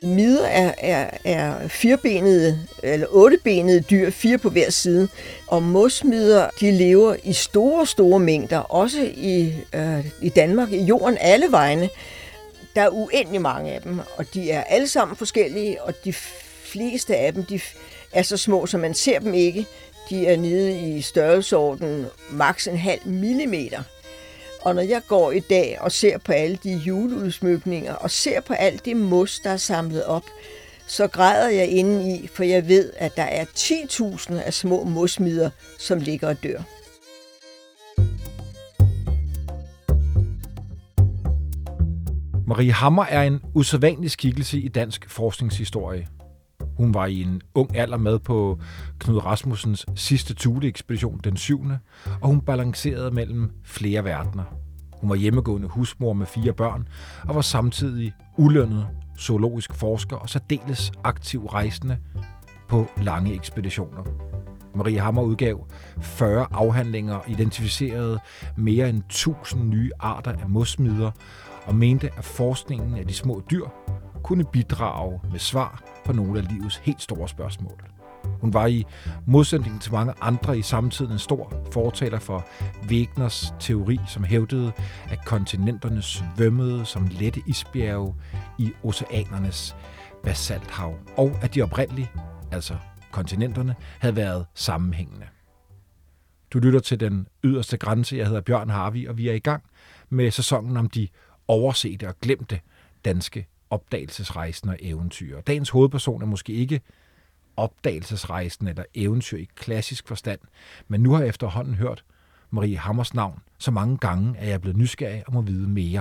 Mider er firbenede eller ottebenede dyr, 4 på hver side. Og mosmider, de lever i store mængder, også i Danmark, i jorden, alle vegne. Der er uendelig mange af dem, og de er alle sammen forskellige, og de fleste af dem, de er så små, så man ser dem ikke. De er nede i størrelsesorden maks 0,5 millimeter. Og når jeg går i dag og ser på alle de juleudsmykninger, og ser på alt det mos, der er samlet op, så græder jeg indeni, for jeg ved, at der er 10.000 af små mosmider, som ligger og dør. Marie Hammer er en usædvanlig skikkelse i dansk forskningshistorie. Hun var i en ung alder med på Knud Rasmussens sidste Thule-ekspedition den 7. Og hun balancerede mellem flere verdener. Hun var hjemmegående husmor med 4 børn og var samtidig ulønnet zoologisk forsker og særdeles aktiv rejsende på lange ekspeditioner. Marie Hammer udgav 40 afhandlinger og identificerede mere end 1000 nye arter af mosmider og mente, at forskningen af de små dyr kunne bidrage med svar på nogle af livets helt store spørgsmål. Hun var i modsætning til mange andre i samtiden en stor fortaler for Wegeners teori, som hævdede, at kontinenterne svømmede som lette isbjerge i oceanernes basalthav, og at de oprindeligt, altså kontinenterne, havde været sammenhængende. Du lytter til Den Yderste Grænse. Jeg hedder Bjørn Harvig, og vi er i gang med sæsonen om de oversete og glemte danske opdagelsesrejsende og eventyr. Dagens hovedperson er måske ikke opdagelsesrejsende eller eventyr i klassisk forstand, men nu har jeg efterhånden hørt Marie Hammers navn så mange gange, at jeg er blevet nysgerrig og må vide mere.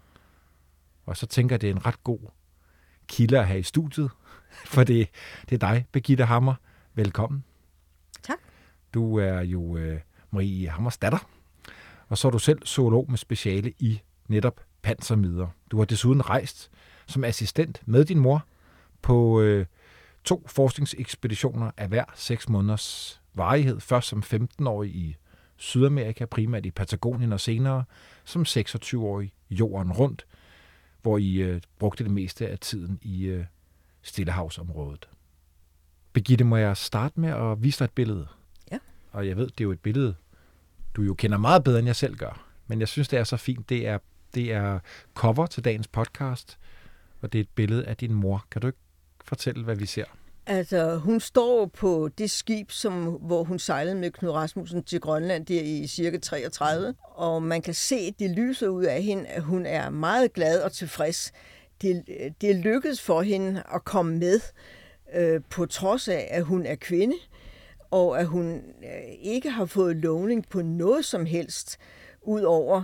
Og så tænker jeg, at det er en ret god kilde at have i studiet, for det er dig, Birgitte Hammer. Velkommen. Tak. Du er jo Marie Hammers datter, og så er du selv zoolog med speciale i netop pansermider. Du har desuden rejst som assistent med din mor på 2 forskningsekspeditioner af hver 6 måneders varighed. Først som 15-årig i Sydamerika, primært i Patagonien, og senere som 26-årig jorden rundt, hvor I brugte det meste af tiden i Stillehavsområdet. Birgitte, må jeg starte med at vise dig et billede? Ja. Og jeg ved, det er jo et billede, du jo kender meget bedre, end jeg selv gør. Men jeg synes, det er så fint. Det er cover til dagens podcast, og det er et billede af din mor. Kan du ikke fortælle, hvad vi ser? Altså, hun står på det skib, hvor hun sejlede med Knud Rasmussen til Grønland der i cirka 33, og man kan se, det lyser ud af hende, at hun er meget glad og tilfreds. Det lykkedes for hende at komme med, på trods af, at hun er kvinde, og at hun ikke har fået lovning på noget som helst, udover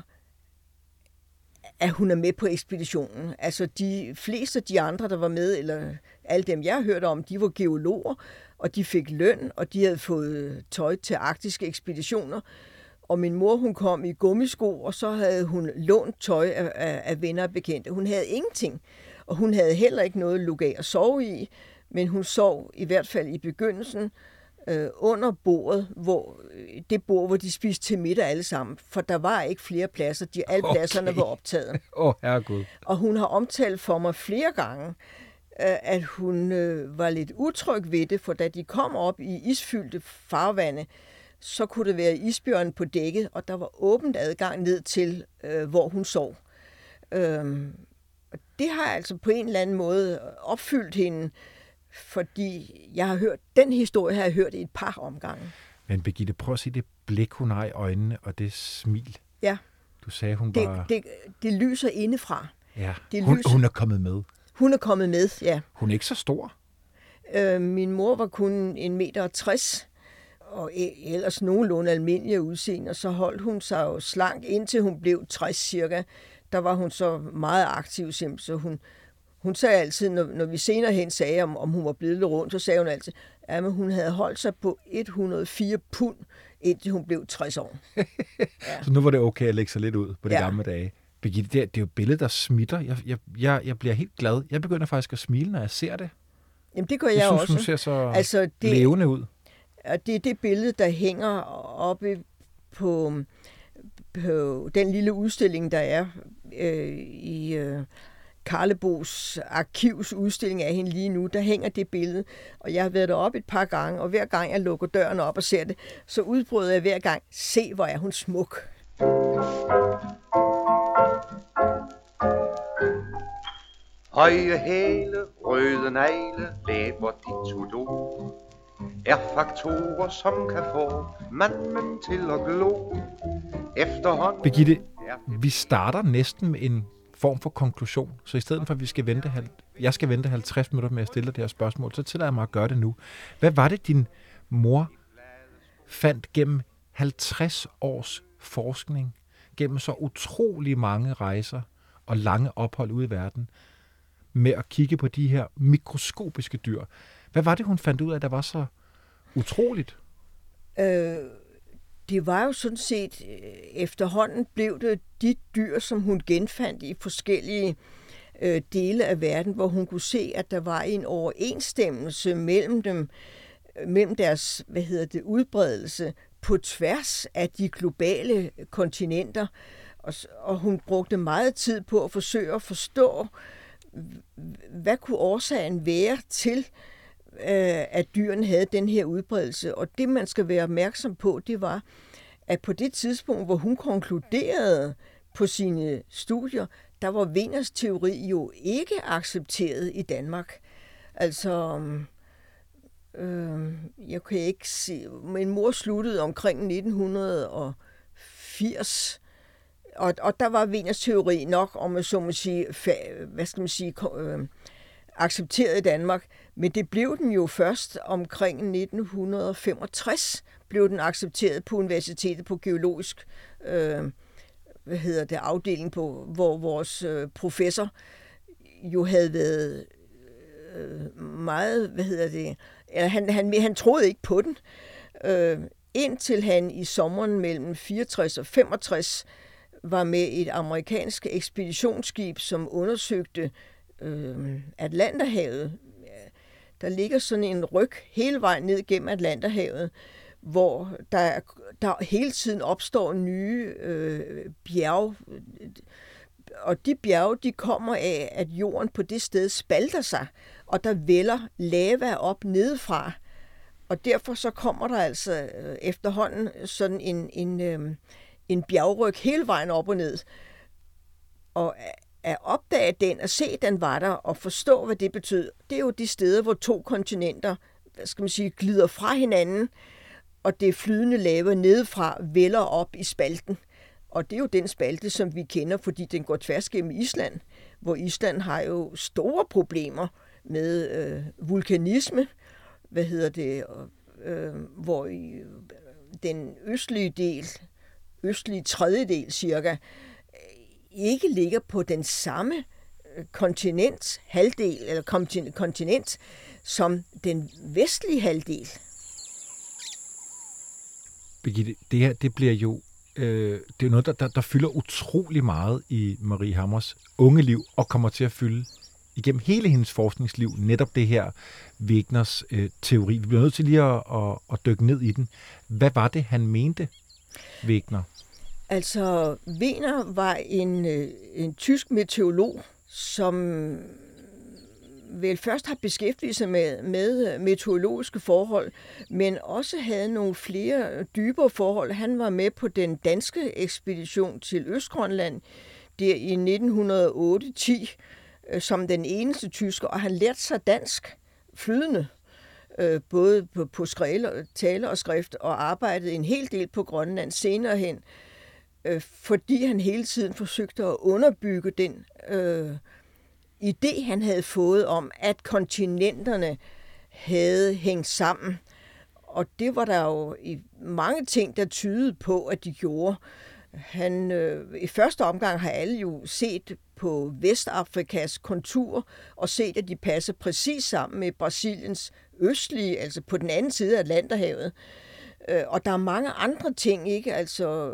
at hun er med på ekspeditionen. Altså de fleste af de andre, der var med, eller alle dem, jeg har hørt om, de var geologer, og de fik løn, og de havde fået tøj til arktiske ekspeditioner. Og min mor, hun kom i gummisko, og så havde hun lånt tøj af venner og bekendte. Hun havde ingenting, og hun havde heller ikke noget lukaf at sove i, men hun sov i hvert fald i begyndelsen under bordet, det bord, hvor de spiste til middag alle sammen, for der var ikke flere pladser. Alle pladserne var optaget. Herregud. Og hun har omtalt for mig flere gange, at hun var lidt utryg ved det, for da de kom op i isfyldte farvande, så kunne det være isbjørn på dækket, og der var åbent adgang ned til, hvor hun sov. Det har altså på en eller anden måde opfyldt hende, fordi den historie har jeg hørt i et par omgange. Men Birgitte, prøv at se det blik, hun har i øjnene, og det smil. Ja. Du sagde, hun var... Det lyser indefra. Ja, hun er kommet med. Hun er kommet med, ja. Hun er ikke så stor. Min mor var kun 1,60 meter, og ellers nogenlunde almindelig udseende, og så holdt hun sig jo slank, indtil hun blev 60 cirka. Der var hun så meget aktiv, så hun sagde altid, når vi senere hen sagde, om hun var blevet lidt rundt, så sagde hun altid, at hun havde holdt sig på 104 pund, indtil hun blev 60 år. Ja. Så nu var det okay at lægge sig lidt ud på de gamle dage. Birgitte, det er jo et billede, der smitter. Jeg bliver helt glad. Jeg begynder faktisk at smile, når jeg ser det. Jamen, det gør jeg også. Jeg synes, hun ser så levende ud. Det er det billede, der hænger oppe på den lille udstilling, der er i Karlebos arkivs udstilling af hende lige nu, der hænger det billede, og jeg har været deroppe et par gange, og hver gang jeg lukker døren op og ser det, så udbryder jeg hver gang, se hvor er hun smuk. Høje hæle, røde negle, læber dit to er faktorer, som kan få manden til at glo. Efterhånden... Birgitte, vi starter næsten med en form for konklusion, så i stedet for, at jeg skal vente 50 minutter med at stille det her spørgsmål, så tillader jeg mig at gøre det nu. Hvad var det, din mor fandt gennem 50 års forskning, gennem så utrolig mange rejser og lange ophold ude i verden, med at kigge på de her mikroskopiske dyr? Hvad var det, hun fandt ud af, der var så utroligt? Det var jo sådan set, efterhånden blev det de dyr, som hun genfandt i forskellige dele af verden, hvor hun kunne se, at der var en overensstemmelse mellem dem, mellem deres, udbredelse på tværs af de globale kontinenter. Og hun brugte meget tid på at forsøge at forstå, hvad kunne årsagen være til, at dyrene havde den her udbredelse. Og det, man skal være opmærksom på, det var, at på det tidspunkt, hvor hun konkluderede på sine studier, der var Wegeners teori jo ikke accepteret i Danmark. Altså, jeg kan ikke se, min mor sluttede omkring 1980, og der var Wegeners teori nok, om man så må sige, accepteret i Danmark, men det blev den jo først omkring 1965, blev den accepteret på universitetet på geologisk afdeling, på, hvor vores professor jo havde været meget, han troede ikke på den, indtil han i sommeren mellem 64 og 65 var med et amerikansk ekspeditionsskib, som undersøgte Atlanterhavet. Der ligger sådan en ryg hele vejen ned gennem Atlanterhavet, hvor der hele tiden opstår nye bjerge. Og de bjerge, de kommer af, at jorden på det sted spalter sig, og der vælder lava op nedefra. Og derfor så kommer der altså efterhånden sådan en bjergryg hele vejen op og ned. Og at opdage den, at se, at den var der, og forstå, hvad det betød, det er jo de steder, hvor to kontinenter, glider fra hinanden, og det flydende lava nedefra vælder op i spalten. Og det er jo den spalte, som vi kender, fordi den går tværs gennem Island, hvor Island har jo store problemer med vulkanisme, hvor den østlige tredjedel cirka, ikke ligger på den samme kontinent som den vestlige halvdel. Birgitte, det her, det bliver jo det er noget, der fylder utrolig meget i Marie Hammers unge liv, og kommer til at fylde igennem hele hendes forskningsliv, netop det her Wegeners teori. Vi bliver nødt til lige at dykke ned i den. Hvad var det, han mente, Wegener? Altså, Wegener var en tysk meteorolog, som vel først har beskæftiget sig med meteorologiske forhold, men også havde nogle flere dybere forhold. Han var med på den danske ekspedition til Østgrønland der i 1908-10 som den eneste tysker, og han lærte sig dansk flydende, både på tale og skrift, og arbejdede en hel del på Grønland senere hen, fordi han hele tiden forsøgte at underbygge den idé, han havde fået om, at kontinenterne havde hængt sammen. Og det var der jo mange ting, der tydede på, at de gjorde. I første omgang har alle jo set på Vestafrikas kontur og set, at de passer præcis sammen med Brasiliens østlige, altså på den anden side af Atlanterhavet. Og der er mange andre ting, ikke? Altså,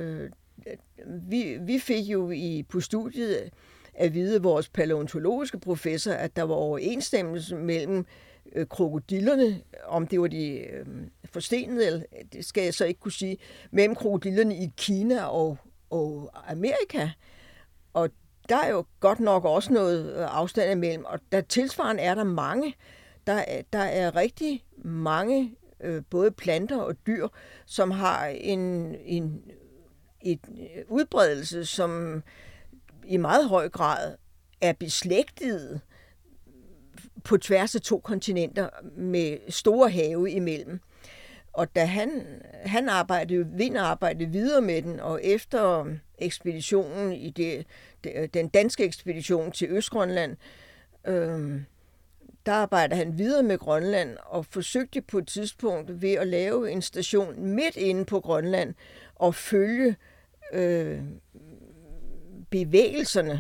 vi fik jo på studiet at vide vores palæontologiske professor, at der var overensstemmelse mellem krokodillerne, om det var de forstenede, eller det skal jeg så ikke kunne sige, mellem krokodillerne i Kina og Amerika. Og der er jo godt nok også noget afstand imellem, og der tilsvarende er der mange. Der er rigtig mange både planter og dyr, som har en udbredelse, som i meget høj grad er beslægtet på tværs af 2 kontinenter med store have imellem. Og da han arbejdede videre med den, og efter ekspeditionen den danske ekspedition til Østgrønland, der arbejdede han videre med Grønland og forsøgte på et tidspunkt ved at lave en station midt inde på Grønland og følge bevægelserne.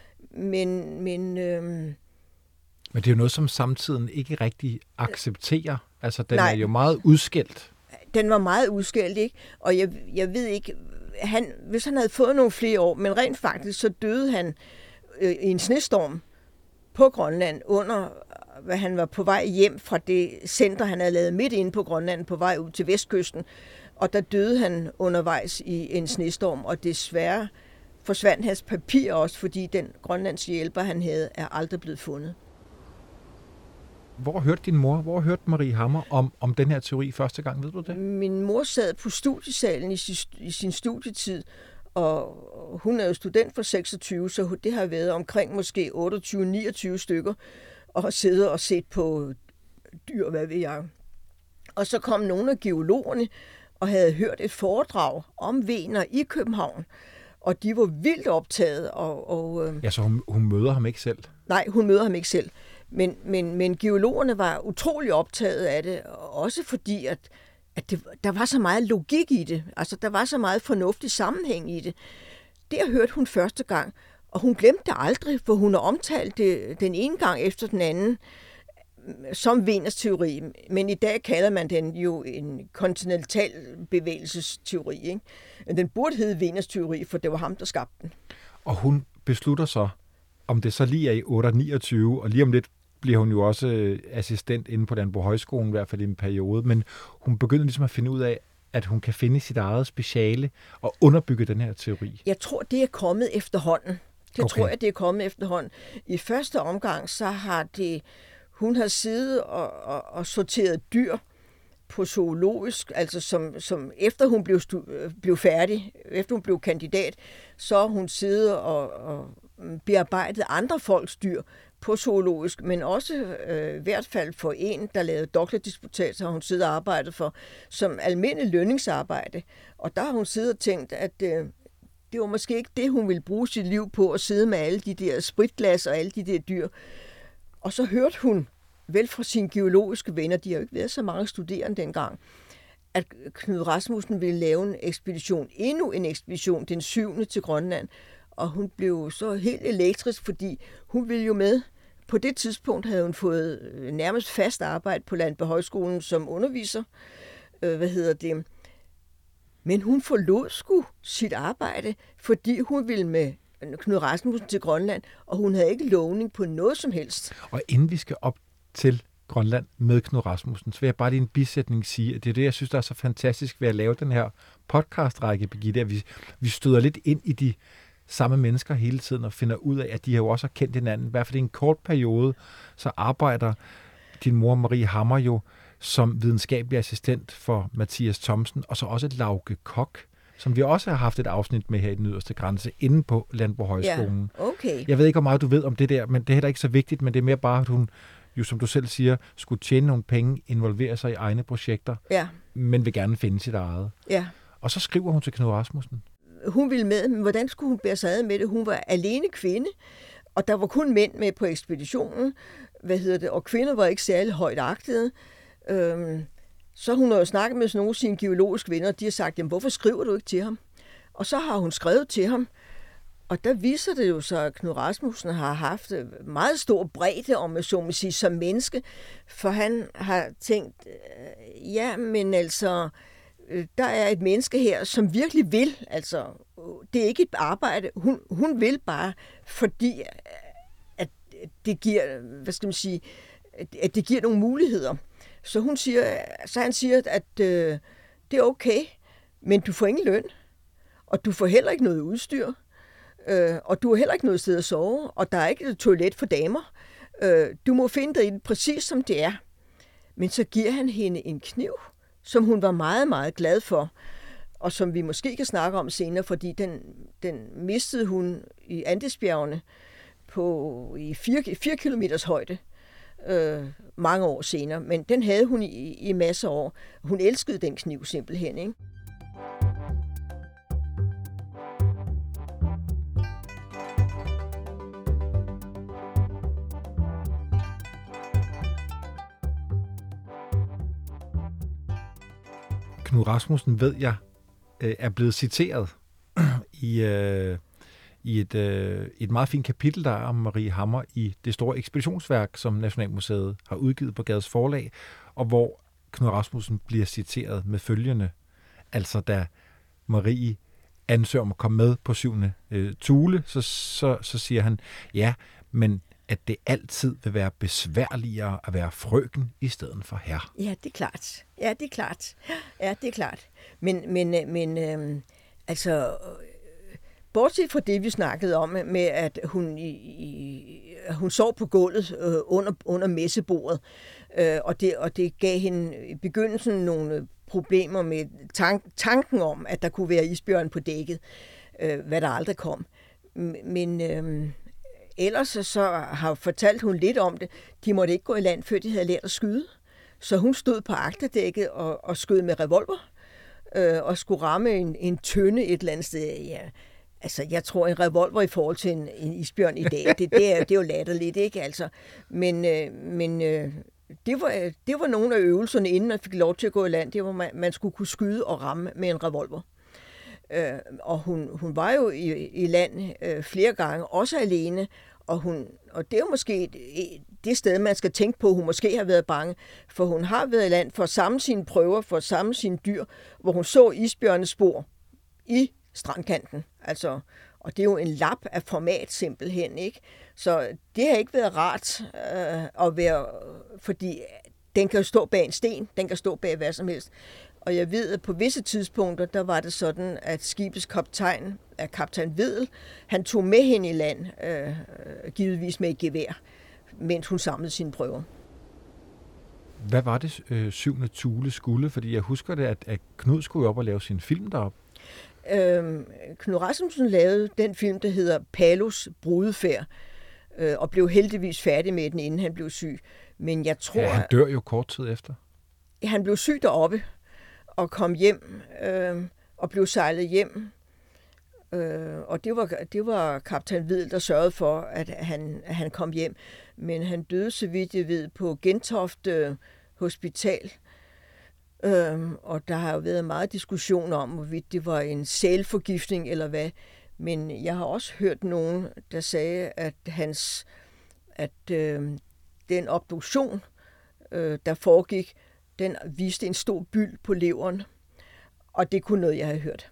Men det er jo noget, som samtiden ikke rigtig accepterer. Altså, den er jo meget udskældt. Den var meget udskældt, ikke? Og jeg ved ikke, hvis han havde fået nogle flere år, men rent faktisk, så døde han i en snestorm på Grønland, under hvad han var på vej hjem fra det center, han havde lavet midt inde på Grønland, på vej ud til vestkysten. Og der døde han undervejs i en snestorm, og desværre forsvandt hans papir også, fordi den grønlandske hjælper, han havde, er aldrig blevet fundet. Hvor hørte din mor, hvor hørte Marie Hammer om den her teori første gang, ved du det? Min mor sad på studiesalen i sin studietid, og hun er jo student for 26, så det har været omkring måske 28-29 stykker, og har siddet og set på dyr, hvad ved jeg. Og så kom nogle af geologerne og havde hørt et foredrag om vener i København, og de var vildt optaget. Ja, så hun møder ham ikke selv? Nej, hun møder ham ikke selv. Men geologerne var utrolig optaget af det, også fordi, at der var så meget logik i det. Altså, der var så meget fornuftig sammenhæng i det. Det hørte hun første gang, og hun glemte det aldrig, for hun har omtalt det den ene gang efter den anden som Wehners teori. Men i dag kalder man den jo en kontinental bevægelsesteori, ikke? Den burde hedde Wehners teori, for det var ham, der skabte den. Og hun beslutter så, om det så lige er i 829, og lige om lidt bliver hun jo også assistent inde på Landbohøjskolen, i hvert fald i en periode, men hun begynder ligesom at finde ud af, at hun kan finde sit eget speciale og underbygge den her teori. Jeg tror, det er kommet efterhånden. Tror jeg, det er kommet efterhånden. I første omgang, så har hun har siddet og sorteret dyr på zoologisk, altså som efter hun blev færdig, efter hun blev kandidat, så har hun siddet og bearbejdet andre folks dyr på zoologisk, men også i hvert fald for en, der lavede doktordisputat, har hun siddet og arbejdet for som almindelig lønningsarbejde. Og der har hun siddet og tænkt, at det var måske ikke det, hun ville bruge sit liv på, at sidde med alle de der spritglas og alle de der dyr. Og så hørte hun vel fra sine geologiske venner, de har jo ikke været så mange studerende dengang, at Knud Rasmussen ville lave en ekspedition, endnu en ekspedition, den 7. til Grønland. Og hun blev så helt elektrisk, fordi hun ville jo med. På det tidspunkt havde hun fået nærmest fast arbejde på Landbohøjskolen som underviser. Men hun forlod sgu sit arbejde, fordi hun ville med Knud Rasmussen til Grønland, og hun havde ikke lovning på noget som helst. Og inden vi skal op til Grønland med Knud Rasmussen, så vil jeg bare i en bisætning sige, at det er det, jeg synes, der er så fantastisk ved at lave den her podcastrække, Birgitte, at vi støder lidt ind i de samme mennesker hele tiden og finder ud af, at de har jo også kendt hinanden. I hvert fald i en kort periode, så arbejder din mor Marie Hammer jo som videnskabelig assistent for Mathias Thomsen, og så også Lauke Koch, som vi også har haft et afsnit med her i Den Yderste Grænse, inde på Landbohøjskolen. Ja, okay. Jeg ved ikke, hvor meget du ved om det der, men det er heller ikke så vigtigt, men det er mere bare, at hun jo, som du selv siger, skulle tjene nogle penge, involvere sig i egne projekter, men vil gerne finde sit eget. Ja. Og så skriver hun til Knud Rasmussen. Hun ville med, men hvordan skulle hun bære sig ad med det? Hun var alene kvinde, og der var kun mænd med på ekspeditionen, og kvinder var ikke særlig højt agtede. Så hun har jo snakket med nogle af sine geologiske venner, og de har sagt, jamen, hvorfor skriver du ikke til ham? Og så har hun skrevet til ham, og der viser det jo så, at Knud Rasmussen har haft meget stor bredde, om man så må sige, som menneske, for han har tænkt, men altså, der er et menneske her, som virkelig vil, altså, det er ikke et arbejde, hun vil bare, fordi at det giver, at det giver nogle muligheder. Så han siger, at det er okay, men du får ingen løn, og du får heller ikke noget udstyr. og du har heller ikke noget sted at sove, og der er ikke et toilet for damer. Du må finde dig i det præcis som det er. Men så giver han hende en kniv, som hun var meget, meget glad for, og som vi måske kan snakke om senere, fordi den mistede hun i Andesbjergene i 4 kilometers højde mange år senere. Men den havde hun i masser af år. Hun elskede den kniv simpelthen, ikke? Knud Rasmussen, ved jeg, er blevet citeret i et meget fint kapitel, der er om Marie Hammer i det store ekspeditionsværk, som Nationalmuseet har udgivet på Gades Forlag, og hvor Knud Rasmussen bliver citeret med følgende. Altså, da Marie ansøger om at komme med på 7. Thule, så siger han, ja, men at det altid vil være besværligere at være frøken i stedet for herre. Ja, det er klart. Men bortset fra det, vi snakkede om, med at hun sov på gulvet under messebordet, og det gav hende i begyndelsen nogle problemer med tanken om, at der kunne være isbjørn på dækket, hvad der aldrig kom. Men ellers så har fortalt hun lidt om det. De måtte ikke gå i land, før de havde lært at skyde. Så hun stod på agterdækket og skød med revolver, og skulle ramme en tønde et eller andet sted. Ja. Altså, jeg tror, en revolver i forhold til en isbjørn i dag, det er jo latterligt, ikke? Altså, men det var nogle af øvelserne, inden man fik lov til at gå i land. Det var, man skulle kunne skyde og ramme med en revolver. Og hun var jo i land flere gange, også alene, og det er jo måske det sted, man skal tænke på, hun måske har været bange, for hun har været i land for at samle sine prøver, for at samle sine dyr, hvor hun så isbjørnespor i strandkanten. Altså, og det er jo en lap af format simpelthen, ikke? Så det har ikke været rart at være, fordi den kan jo stå bag en sten, den kan stå bag hvad som helst. Og jeg ved, at på visse tidspunkter, der var det sådan, at skibets kaptajn Vedel, han tog med hende i land, givetvis med et gevær, mens hun samlede sine prøver. Hvad var det 7. Thule skulle? Fordi jeg husker det, at Knud skulle op og lave sin film deroppe. Knud Rasmussen lavede den film, der hedder Palos brudefærd, og blev heldigvis færdig med den, inden han blev syg. Men jeg tror... Ja, han dør jo kort tid efter. Han blev syg deroppe og kom hjem og blev sejlet hjem. Og det var kaptajn Vedel, der sørgede for, at han kom hjem. Men han døde, så vidt jeg ved, på Gentofte Hospital. Og der har jo været meget diskussion om, hvorvidt det var en sælforgiftning eller hvad. Men jeg har også hørt nogen, der sagde, at den obduktion, der foregik, den viste en stor byld på leveren. Og det kunne noget, jeg havde hørt.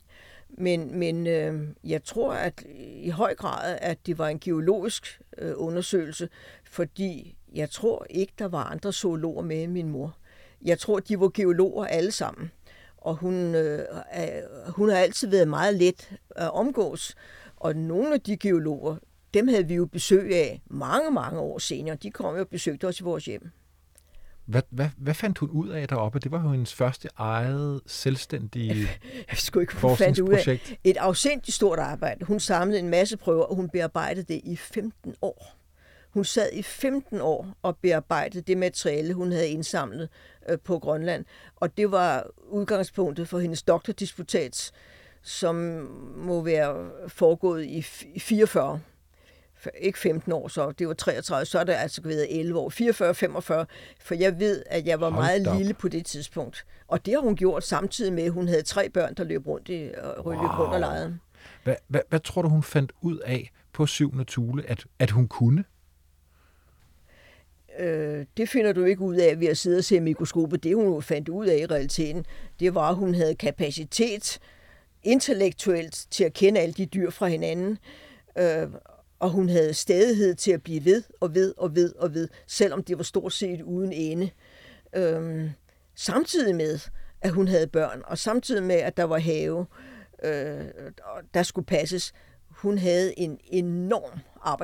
Men jeg tror, at i høj grad, at det var en geologisk undersøgelse, fordi jeg tror ikke, der var andre zoologer med end min mor. Jeg tror, de var geologer alle sammen. Og hun har altid været meget let at omgås. Og nogle af de geologer, dem havde vi jo besøg af mange, mange år senere. De kom jo og besøgte os i vores hjem. Hvad fandt hun ud af deroppe? Det var jo hendes første eget selvstændige forskningsprojekt. Et afsindigt stort arbejde. Hun samlede en masse prøver, og hun bearbejdede det i 15 år. Hun sad i 15 år og bearbejdede det materiale, hun havde indsamlet på Grønland. Og det var udgangspunktet for hendes doktordisputats, som må være foregået i 44. Ikke 15 år, så det var 33, så er det altså været 11 år. 44, 45, for jeg ved, at jeg var meget lille på det tidspunkt. Og det har hun gjort samtidig med, at hun havde 3 børn, der løb rundt rundt og legede. Hvad tror du, hun fandt ud af på 7. Thule, at hun kunne? Det finder du ikke ud af ved at sidde og se mikroskopet. Det, hun fandt ud af i realiteten, det var, at hun havde kapacitet intellektuelt til at kende alle de dyr fra hinanden, og hun havde stædighed til at blive ved, selvom det var stort set uden ende. Samtidig med, at hun havde børn, og samtidig med, at der var have, der skulle passes. hun havde en enorm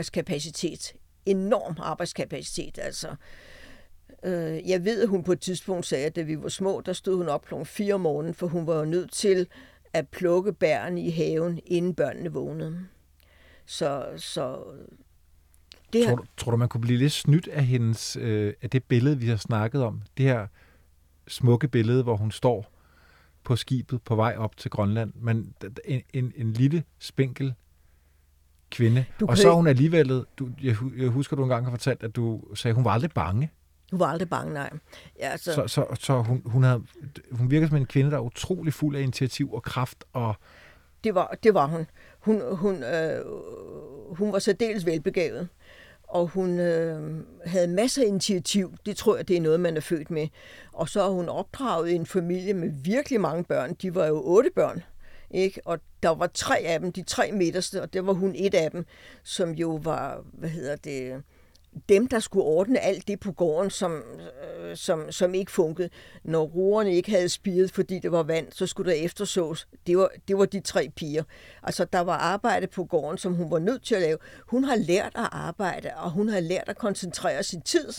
arbejdskapacitet. Altså, jeg ved, at hun på et tidspunkt sagde, at da vi var små, der stod hun op kl. 4 om morgenen, for hun var jo nødt til at plukke bærene i haven, inden børnene vågnede. Så det her... Tror du, man kunne blive lidt snydt af hendes, af det billede, vi har snakket om? Det her smukke billede, hvor hun står på skibet på vej op til Grønland. Men en lille, spinkel kvinde. Og så er hun alligevel... Jeg husker, du engang har fortalt, at du sagde, at hun var aldrig bange. Hun var aldrig bange, nej. Ja, så hun virker som en kvinde, der er utrolig fuld af initiativ og kraft. Og det var hun. Hun var særdeles velbegavet, og hun havde masser af initiativ. Det tror jeg, det er noget, man er født med. Og så har hun opdraget en familie med virkelig mange børn. De var jo 8 børn, ikke? Og der var 3 af dem, de 3 midterste, og det var hun et af dem, som jo var, dem, der skulle ordne alt det på gården, som ikke funkede. Når roerne ikke havde spiret, fordi det var vand, så skulle der eftersås. Det var de 3 piger. Altså, der var arbejde på gården, som hun var nødt til at lave. Hun har lært at arbejde, og hun har lært at koncentrere sin tid.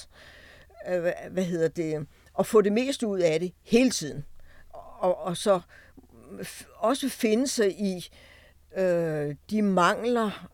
Og få det meste ud af det hele tiden. Og så også finde sig i de mangler,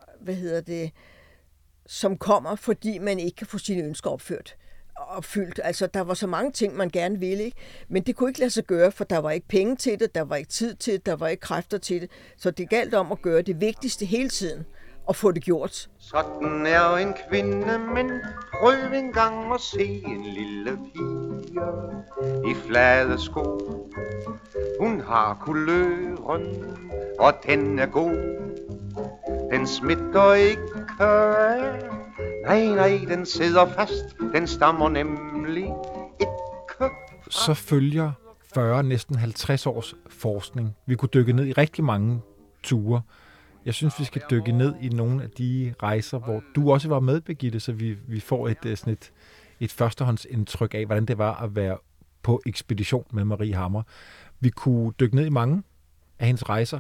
som kommer, fordi man ikke kan få sine ønsker opfyldt. Altså, der var så mange ting, man gerne ville, ikke? Men det kunne ikke lade sig gøre, for der var ikke penge til det, der var ikke tid til det, der var ikke kræfter til det. Så det galt om at gøre det vigtigste hele tiden, og få det gjort. Sådan er en kvinde, men prøv engang at se en lille pige i flade sko. Hun har kuløren, og den er god. Den smitter ikke af. Nej, den sidder fast. Den stammer nemlig ikke. Så følger 40, næsten 50 års forskning. Vi kunne dykke ned i rigtig mange ture. Jeg synes, vi skal dykke ned i nogle af de rejser, hvor du også var med, Birgitte, så vi får et førstehåndsindtryk af, hvordan det var at være på ekspedition med Marie Hammer. Vi kunne dykke ned i mange af hendes rejser.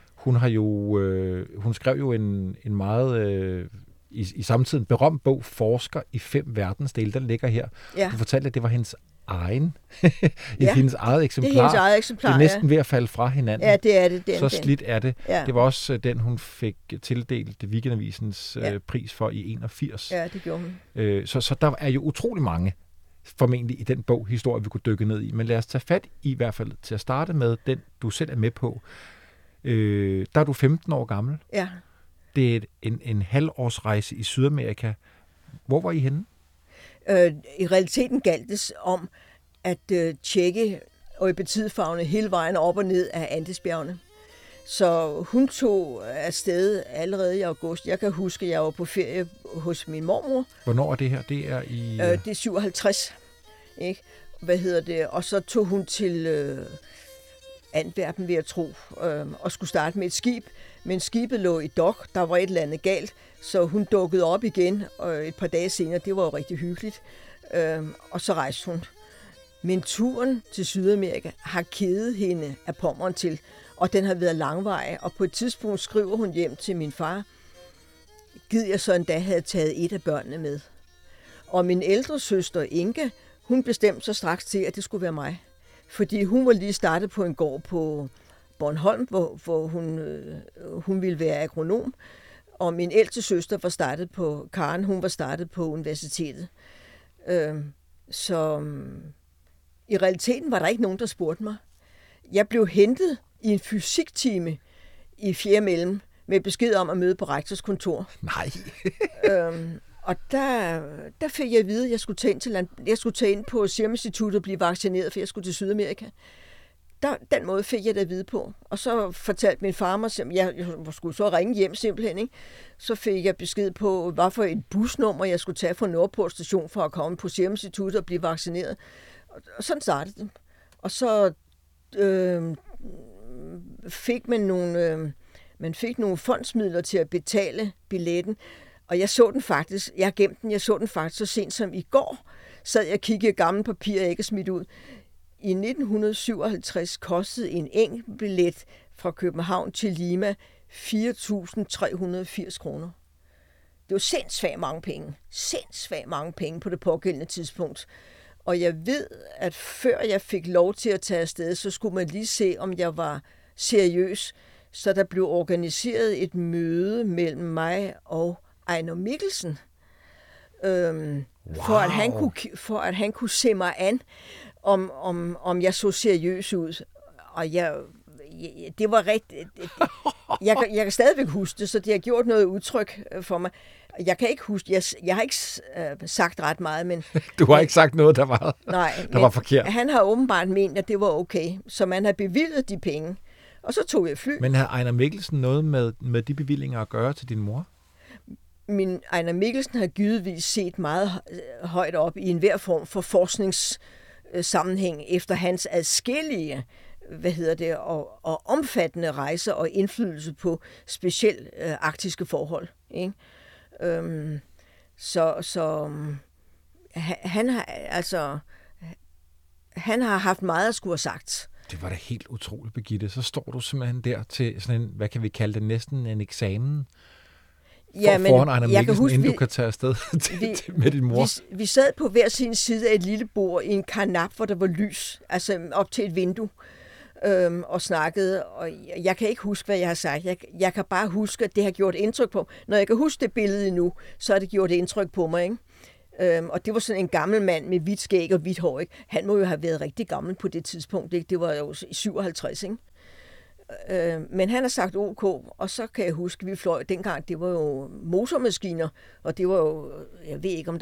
Hun skrev jo en meget i samtiden berømt bog, Forsker i 5 verdensdele. Den ligger her. Ja. Du fortalte, at det var hendes egen, hendes eget eksemplar. Det er hendes eget eksemplar, det er næsten ved at falde fra hinanden. Ja, det er det. Så slidt er det. Ja. Det var også den, hun fik tildelt Weekendavisens pris for i 81. Ja, det gjorde hun. Så der er jo utrolig mange, formentlig i den bog, historie, vi kunne dykke ned i. Men lad os tage fat i hvert fald til at starte med den, du selv er med på. Der er du 15 år gammel. Ja. Det er en halvårsrejse i Sydamerika. Hvor var I henne? I realiteten galt det om at tjekke Euphetidefarvene hele vejen op og ned af Andesbjergene. Så hun tog afsted allerede i august. Jeg kan huske, at jeg var på ferie hos min mormor. Hvornår er det her? Det er i... Det er 57. Ikke? Og så tog hun til Antwerpen, vil jeg tro, og skulle starte med et skib. Men skibet lå i dok, der var et eller andet galt, så hun dukkede op igen, og et par dage senere, det var jo rigtig hyggeligt, og så rejste hun. Men turen til Sydamerika har kædet hende af Pommern til, og den har været langvej, og på et tidspunkt skriver hun hjem til min far, gid jeg så endda havde taget et af børnene med. Og min ældre søster Inge, hun bestemte sig straks til, at det skulle være mig. Fordi hun var lige startet på en gård på Bornholm, hvor hun ville være agronom. Og min ældste søster var startet på Karen, hun var startet på universitetet. Så i realiteten var der ikke nogen, der spurgte mig. Jeg blev hentet i en fysiktime i 4. mellem med besked om at møde på rektors kontor. Nej. Og der fik jeg at vide, at jeg skulle tage ind på Serum Institut og blive vaccineret, for jeg skulle til Sydamerika. Den måde fik jeg det at vide på. Og så fortalte min far mig, at jeg skulle så ringe hjem simpelthen. Ikke? Så fik jeg besked på, hvad for et busnummer jeg skulle tage fra Nordport station for at komme på Serum Institut og blive vaccineret. Og sådan startede det. Og så fik man nogle fondsmidler til at betale billetten. Og jeg så den faktisk, jeg så den faktisk så sent som i går, sad jeg og kiggede gamle papirer, jeg ikke smidt ud. I 1957 kostede en enkelt billet fra København til Lima 4.380 kroner. Det var sindssygt mange penge på det pågældende tidspunkt. Og jeg ved, at før jeg fik lov til at tage afsted, så skulle man lige se, om jeg var seriøs. Så der blev organiseret et møde mellem mig og Ejnar Mikkelsen, for at han kunne se mig an, om jeg så seriøs ud. Og det var rigtigt. Jeg kan stadigvæk huske det, så det har gjort noget udtryk for mig. Jeg kan ikke huske, jeg har ikke sagt ret meget, men... Du har ikke sagt noget, der var forkert. Han har åbenbart ment, at det var okay, så man har bevilget de penge. Og så tog jeg fly. Men havde Ejnar Mikkelsen noget med de bevillinger at gøre til din mor? Ejnar Mikkelsen har givetvis set meget højt op i enhver form for forskningssammenhæng efter hans adskillige og omfattende rejser og indflydelse på specielt arktiske forhold. Ikke? Han har haft meget at skulle have sagt. Det var da helt utroligt, Birgitte. Så står du simpelthen der til sådan en, hvad kan vi kalde det, næsten en eksamen foran Ejnar Mikkelsen, inden du kan tage afsted med din mor. Vi sad på hver sin side af et lille bord i en karnap, hvor der var lys, altså op til et vindue, og snakkede, og jeg kan ikke huske, hvad jeg har sagt. Jeg kan bare huske, at det har gjort indtryk på. Når jeg kan huske det billede nu, så har det gjort indtryk på mig, ikke? Og det var sådan en gammel mand med hvidt skæg og hvidt hår, ikke? Han må jo have været rigtig gammel på det tidspunkt, ikke? Det var jo i 57, ikke? Men han har sagt OK, og så kan jeg huske, at vi fløj dengang, det var jo motormaskiner, og det var jo, jeg ved ikke,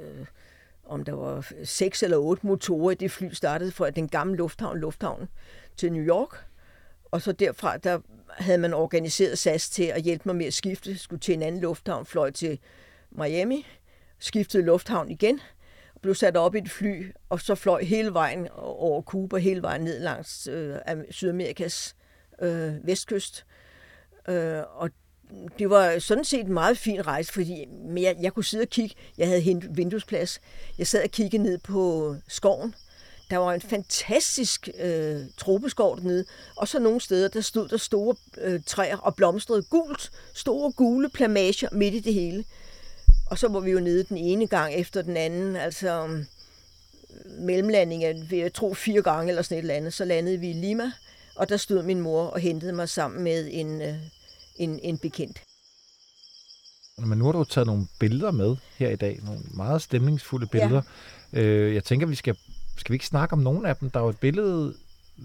om der var 6 eller 8 motorer i det fly startede fra den gamle lufthavn til New York, og så derfra, der havde man organiseret SAS til at hjælpe mig med at skifte, skulle til en anden lufthavn, fløj til Miami, skiftede lufthavn igen, blev sat op i et fly, og så fløj hele vejen over Cuba, hele vejen ned langs Sydamerikas vestkyst. Og det var sådan set en meget fin rejse, fordi jeg kunne sidde og kigge. Jeg havde vinduesplads. Jeg sad og kiggede ned på skoven. Der var en fantastisk tropeskov dernede, og så nogle steder, der stod der store træer og blomstrede gult. Store gule plamager midt i det hele. Og så var vi jo nede den ene gang efter den anden, altså mellemlanding, jeg tror 4 gange eller sådan et eller andet. Så landede vi i Lima, og der stod min mor og hentede mig sammen med en bekendt. Men nu har du taget nogle billeder med her i dag, nogle meget stemningsfulde billeder. Ja. Jeg tænker, skal vi ikke snakke om nogen af dem? Der er jo et billede,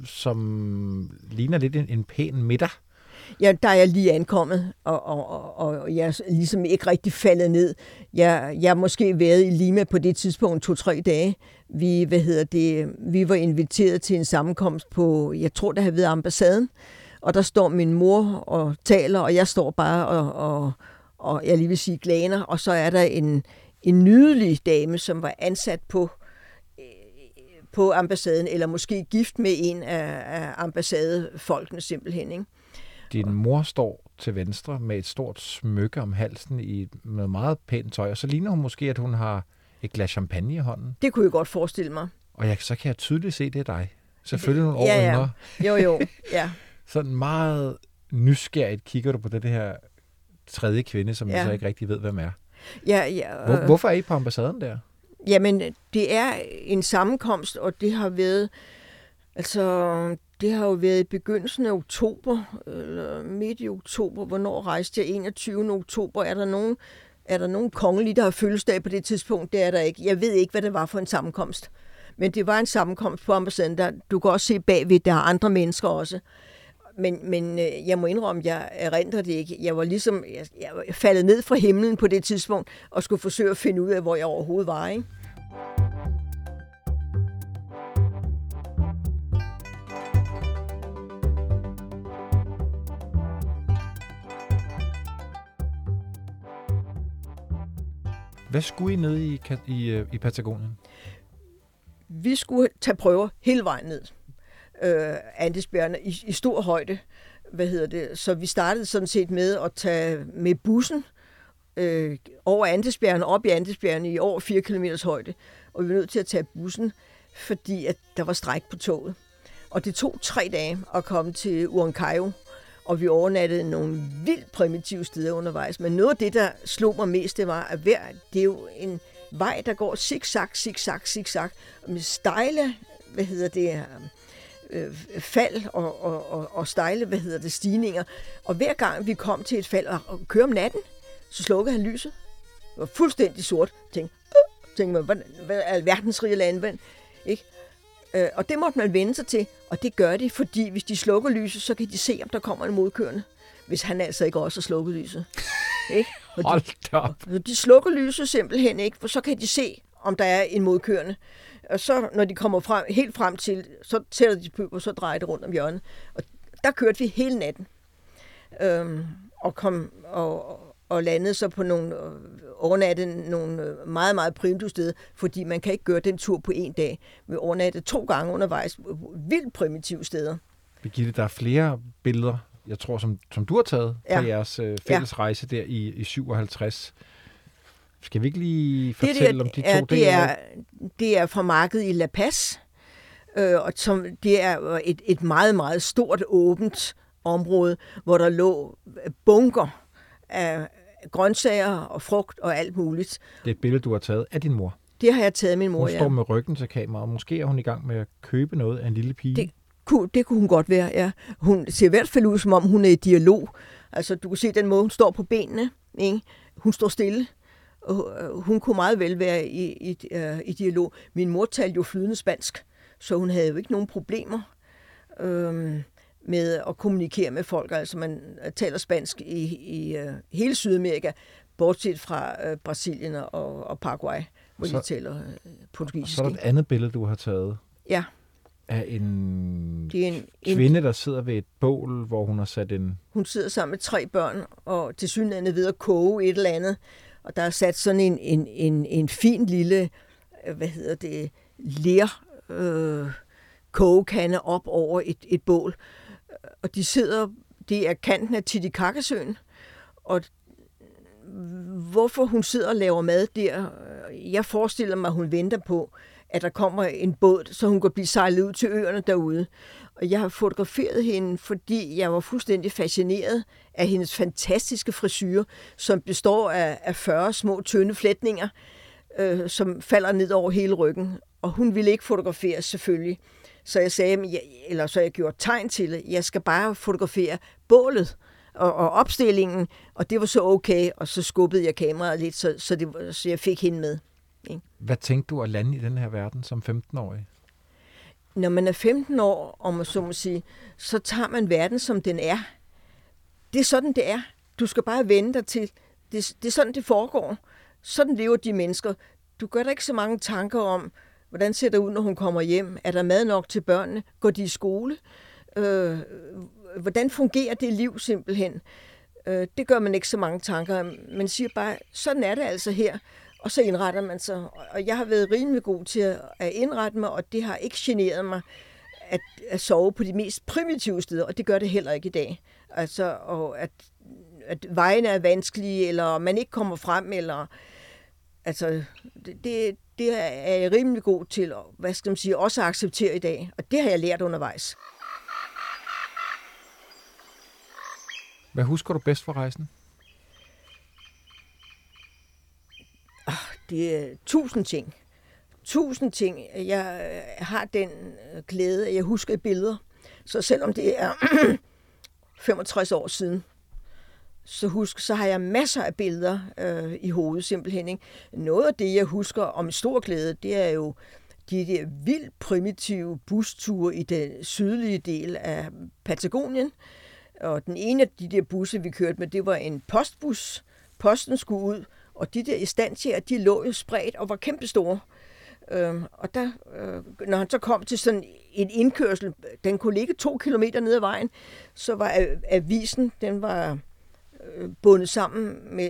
som ligner lidt en pæn middag. Ja, der er jeg lige ankommet, og jeg er ligesom ikke rigtig faldet ned. Jeg har måske været i Lima på det tidspunkt 2-3 dage. Vi var inviteret til en sammenkomst på, jeg tror, der havde været ambassaden, og der står min mor og taler, og jeg står bare og jeg lige vil sige glaner, og så er der en nydelig dame, som var ansat på ambassaden, eller måske gift med en af ambassadefolkene simpelthen, ikke? Din mor står til venstre med et stort smykke om halsen i noget meget pænt tøj, og så ligner hun måske, at hun har et glas champagne i hånden. Det kunne jeg godt forestille mig. Og så kan jeg tydeligt se, det er dig. Selvfølgelig nogle år yngre. Jo, ja. Sådan meget nysgerrigt kigger du på det her tredje kvinde, som jeg så ikke rigtig ved, hvem er. Ja. Hvorfor er I på ambassaden der? Jamen, det er en sammenkomst, og det har været... Altså, det har jo været i begyndelsen af oktober, eller midt i oktober. Hvornår rejste jeg? 21. oktober. Er der nogen kongelige, der har fødselsdag på det tidspunkt? Det er der ikke. Jeg ved ikke, hvad det var for en sammenkomst. Men det var en sammenkomst på ambassaden. Du kan også se bagved, der er andre mennesker også. Men jeg må indrømme, jeg erindrer det ikke. Jeg var ligesom jeg faldet ned fra himlen på det tidspunkt, og skulle forsøge at finde ud af, hvor jeg overhovedet var, ikke? Hvad skulle I ned i Patagonien? Vi skulle tage prøver hele vejen ned. Andesbjergene i stor højde. Så vi startede sådan set med at tage med bussen over Andesbjergene, op i Andesbjergene i over 4 kilometers højde. Og vi var nødt til at tage bussen, fordi at der var strejk på toget. Og det tog 3 dage at komme til Huancayo. og vi overnattede nogle vildt primitive steder undervejs. Men noget af det, der slog mig mest, det var, at det er jo en vej, der går zigzag, med stejle, fald og stejle, stigninger. Og hver gang vi kom til et fald og kørte om natten, så slukkede han lyset. Det var fuldstændig sort. Tænkte man, hvad er alverdens rige landvand? Ikke? Og det måtte man vende sig til, og det gør de, fordi hvis de slukker lyset, så kan de se, om der kommer en modkørende. Hvis han altså ikke også har slukket lyset. Ikke? Hold da op. De slukker lyset simpelthen ikke, for så kan de se, om der er en modkørende. Og så, når de kommer helt frem til, så tæller de på, og så drejer det rundt om hjørnet. Og der kørte vi hele natten. Og landede så på overnattede nogle meget, meget primitive steder, fordi man kan ikke gøre den tur på en dag. Vi overnattede 2 gange undervejs, vildt primitive steder. Birgitte, der er flere billeder, jeg tror, som du har taget fra jeres fælles rejse der i 57. Skal vi ikke lige fortælle om de to dage? Det er fra markedet i La Paz, og det er et meget, meget stort, åbent område, hvor der lå bunker af grøntsager og frugt og alt muligt. Det er et billede, du har taget af din mor. Det har jeg taget af min mor, Hun står med ryggen til kameraet, og måske er hun i gang med at købe noget af en lille pige. Det kunne hun godt være, ja. Hun ser i hvert fald ud, som om hun er i dialog. Altså, du kan se den måde, hun står på benene. Ikke? Hun står stille. Hun kunne meget vel være i dialog. Min mor talte jo flydende spansk, så hun havde jo ikke nogen problemer med at kommunikere med folk. Altså, man taler spansk i hele Sydamerika, bortset fra Brasilien og Paraguay, hvor de taler portugisisk. Så er der et andet billede, du har taget. Ja. Af en kvinde, der sidder ved et bål, hvor hun har sat en... Hun sidder sammen med 3 børn, og tilsyneladende ved at koge et eller andet. Og der er sat sådan en fin lille, kogekande op over et bål. Og det er kanten af Titicacasøen. Og hvorfor hun sidder og laver mad der, jeg forestiller mig, at hun venter på, at der kommer en båd, så hun kan blive sejlet ud til øerne derude. Og jeg har fotograferet hende, fordi jeg var fuldstændig fascineret af hendes fantastiske frisyr, som består af 40 små, tynde flætninger, som falder ned over hele ryggen. Og hun ville ikke fotograferes selvfølgelig. Så jeg sagde, så jeg gjorde tegn til det. Jeg skal bare fotografere bålet og opstillingen, og det var så okay. Og så skubbede jeg kameraet lidt, så jeg fik hende med. Hvad tænkte du at lande i den her verden som 15-årig? Når man er 15 år, om man så må sige, så tager man verden, som den er. Det er sådan, det er. Du skal bare vende dig til. Det er sådan, det foregår. Sådan lever de mennesker. Du gør der ikke så mange tanker om, hvordan ser det ud, når hun kommer hjem? Er der mad nok til børnene? Går de i skole? Hvordan fungerer det liv simpelthen? Det gør man ikke så mange tanker om. Man siger bare, sådan er det altså her. Og så indretter man sig. Og jeg har været rimelig god til at indrette mig, og det har ikke generet mig at sove på de mest primitive steder, og det gør det heller ikke i dag. Altså, og at vejene er vanskelige, eller man ikke kommer frem, eller... Altså, det er jeg rimelig god til, hvad skal man sige, også at acceptere i dag. Og det har jeg lært undervejs. Hvad husker du bedst fra rejsen? Det er 1000 ting. 1000 ting. Jeg har den glæde, at jeg husker billeder. Så selvom det er 65 år siden, så har jeg masser af billeder i hovedet simpelthen. Ikke? Noget af det, jeg husker om stor glæde, det er jo de der vildt primitive busture i den sydlige del af Patagonien. Og den ene af de der busser, vi kørte med, det var en postbus. Posten skulle ud, og de der estantier, de lå jo spredt og var kæmpestore. Og der, når han så kom til sådan en indkørsel, den kunne ligge 2 kilometer ned ad vejen, så var avisen, den var bundet sammen med,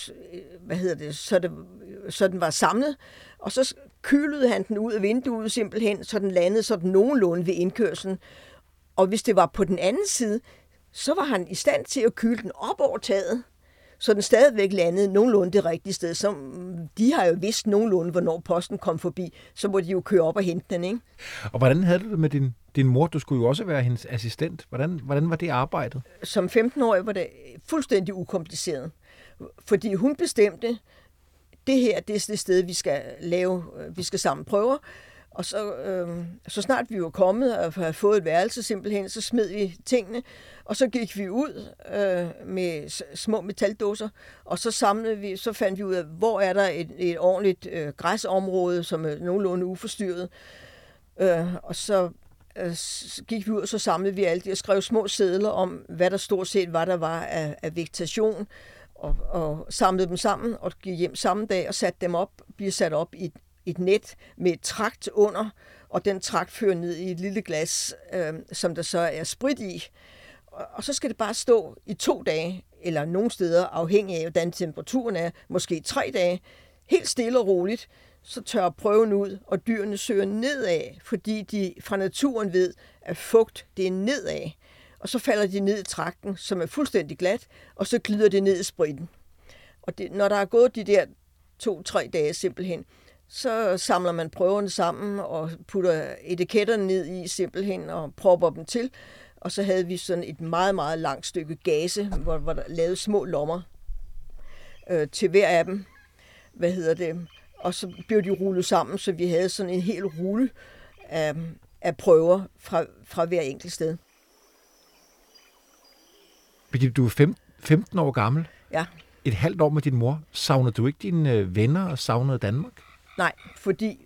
så den var samlet, og så kølede han den ud af vinduet simpelthen, så den landede sådan nogenlunde ved indkørslen. Og hvis det var på den anden side, så var han i stand til at køle den op over taget, så den stadigvæk landede nogenlunde det rigtige sted. Så de har jo vidst nogenlunde, hvornår posten kom forbi, så må de jo køre op og hente den, ikke? Og hvordan havde du det med din mor? Du skulle jo også være hendes assistent. Hvordan var det arbejdet? Som 15-årig var det fuldstændig ukompliceret, fordi hun bestemte, det her, det er det sted, vi skal sammen prøver. Og så snart vi var kommet og havde fået et værelse simpelthen, så smed vi tingene, og så gik vi ud med små metaldåser, og så fandt vi ud af, hvor er der et ordentligt græsområde, som er nogenlunde uforstyrret. Og så gik vi ud, og så samlede vi alt det og skrev små sedler om, hvad der stort set var, der var af vegetation, og samlede dem sammen og gik hjem samme dag og satte dem op, bliver sat op i et net med et trakt under, og den trakt fører ned i et lille glas, som der så er sprit i. Og så skal det bare stå i 2 dage, eller nogle steder, afhængig af, hvordan temperaturen er, måske 3 dage, helt stille og roligt, så tørrer prøven ud, og dyrene søger nedad, fordi de fra naturen ved, at fugt, det er nedad. Og så falder de ned i trakten, som er fuldstændig glat, og så glider det ned i spritten. Og når der er gået de der 2-3 dage simpelthen, så samler man prøverne sammen og putter etiketterne ned i simpelthen og propper dem til. Og så havde vi sådan et meget, meget langt stykke gaze, hvor der lavede små lommer til hver af dem. Og så blev de rullet sammen, så vi havde sådan en hel rulle af prøver fra hver enkelt sted. Birgitte, du er 15 år gammel. Ja. Et halvt år med din mor. Savnede du ikke dine venner og savnede Danmark? Nej, fordi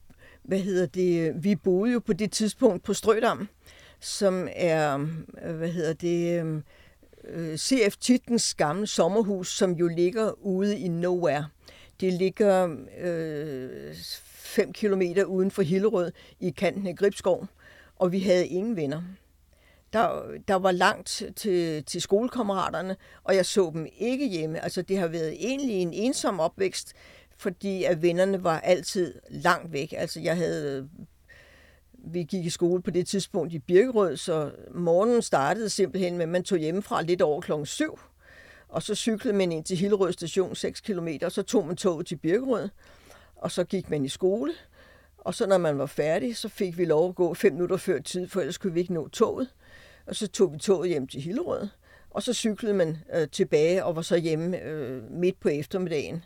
vi boede jo på det tidspunkt på Strødam, som er, C.F. Tietgens gamle sommerhus, som jo ligger ude i nowhere. Det ligger 5 kilometer uden for Hillerød i kanten af Gribskov, og vi havde ingen venner. Der var langt til skolekammeraterne, og jeg så dem ikke hjemme. Altså, det har været egentlig en ensom opvækst, fordi at vennerne var altid langt væk. Altså, vi gik i skole på det tidspunkt i Birkerød, så morgenen startede simpelthen med, at man tog hjemmefra lidt over 7:00, og så cyklede man ind til Hillerød station 6 kilometer, og så tog man toget til Birkerød, og så gik man i skole, og så når man var færdig, så fik vi lov at gå 5 minutter før tid, for ellers kunne vi ikke nå toget. Og så tog vi toget hjem til Hillerød, og så cyklede man tilbage og var så hjemme midt på eftermiddagen.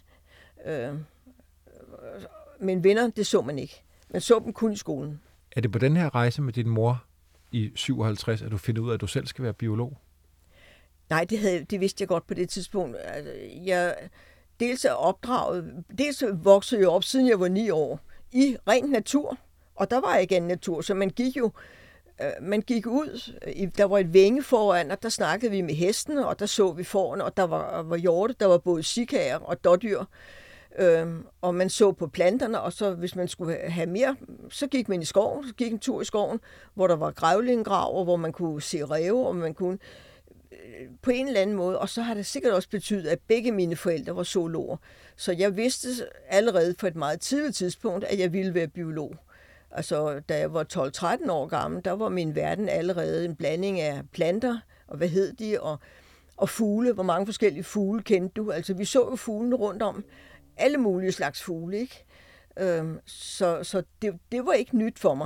Men venner, det så man ikke. Man så dem kun i skolen. Er det på den her rejse med din mor i 57, at du finder ud af, at du selv skal være biolog? Nej, det vidste jeg godt på det tidspunkt. Jeg dels voksede jeg op, siden jeg var 9 år, i ren natur. Og der var ikke en natur, så man gik ud. Der var et vænge foran, og der snakkede vi med hestene, og der så vi fårene, og der var hjorte, der var både sikaer og dådyr. Og man så på planterne, og så hvis man skulle have mere, så gik man i skoven, så gik en tur i skoven, hvor der var grævlinggrav, og hvor man kunne se ræve, og man kunne på en eller anden måde. Og så har det sikkert også betydet, at begge mine forældre var zoologer. Så jeg vidste allerede på et meget tidligt tidspunkt, at jeg ville være biolog. Altså, da jeg var 12-13 år gammel, der var min verden allerede en blanding af planter, og hvad hed de, og fugle. Hvor mange forskellige fugle kendte du? Altså, vi så jo fuglene rundt om. Alle mulige slags fugle, ikke? Så det var ikke nyt for mig.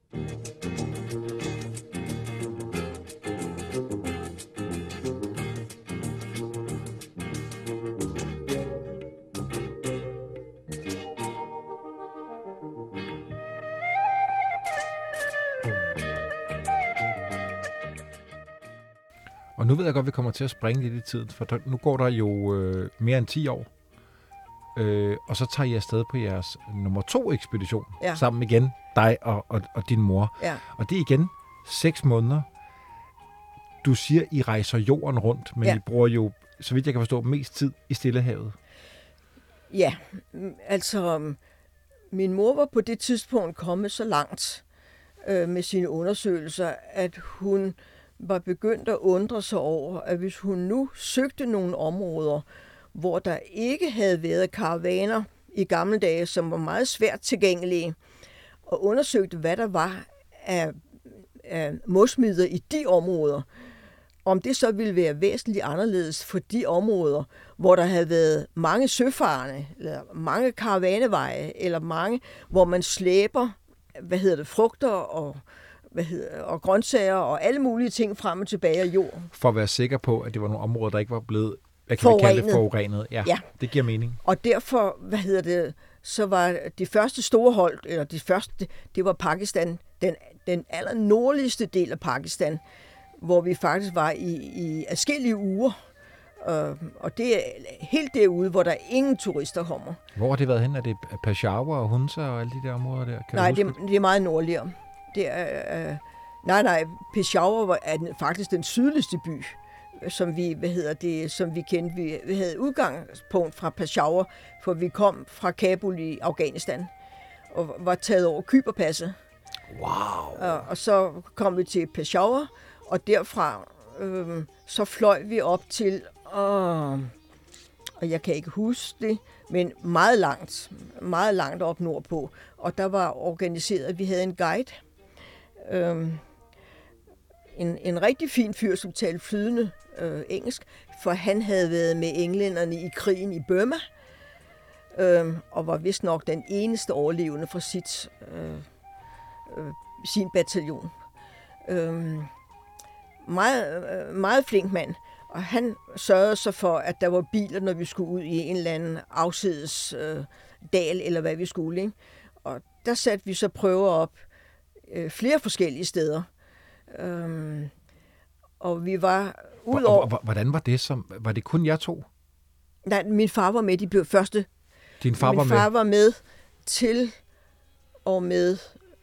Og nu ved jeg godt, at vi kommer til at springe lidt i tiden, for nu går der jo mere end 10 år. Og så tager I afsted på jeres nummer 2 ekspedition, ja. Sammen igen, dig og din mor. Ja. Og det er igen 6 måneder. Du siger, I rejser jorden rundt, men I bruger jo, så vidt jeg kan forstå, mest tid i Stillehavet. Ja, altså min mor var på det tidspunkt kommet så langt med sine undersøgelser, at hun var begyndt at undre sig over, at hvis hun nu søgte nogle områder, hvor der ikke havde været karavaner i gamle dage, som var meget svært tilgængelige, og undersøgte, hvad der var af modsmider i de områder, Om det så ville være væsentligt anderledes for de områder, hvor der havde været mange søfarende, eller mange karavaneveje, eller mange, hvor man slæber, frugter og grøntsager og alle mulige ting frem og tilbage af jorden. For at være sikker på, at det var nogle områder, der ikke var blevet forurenet. Ja, det giver mening. Og derfor, så var det første store hold, eller det var Pakistan, den aller nordligste del af Pakistan, hvor vi faktisk var i adskillige uger. Og det er helt derude, hvor der ingen turister kommer. Hvor har det været hen? Er det Peshawar og Hunza og alle de der områder der? Nej, det er meget nordligere. Det er, Peshawar er faktisk den sydligste by, som vi kendte. Vi havde udgangspunkt fra Peshawar, for vi kom fra Kabul i Afghanistan og var taget over Khyberpasset. Wow! Og så kom vi til Peshawar, og derfra så fløj vi op til, og jeg kan ikke huske det, men meget langt op nordpå. Og der var organiseret, at vi havde en guide, en rigtig fin fyr, som talte flydende engelsk, for han havde været med englænderne i krigen i Burma, og var vist nok den eneste overlevende fra sin bataljon. Meget flink mand, og han sørgede så for, at der var biler, når vi skulle ud i en eller anden afsides dal, eller hvad vi skulle. Ikke? Og der satte vi så prøver op flere forskellige steder. Og vi var udover... Hvordan var det? Var det kun jer to? Nej, min far var med de første. Din far var med? Min far var med til og med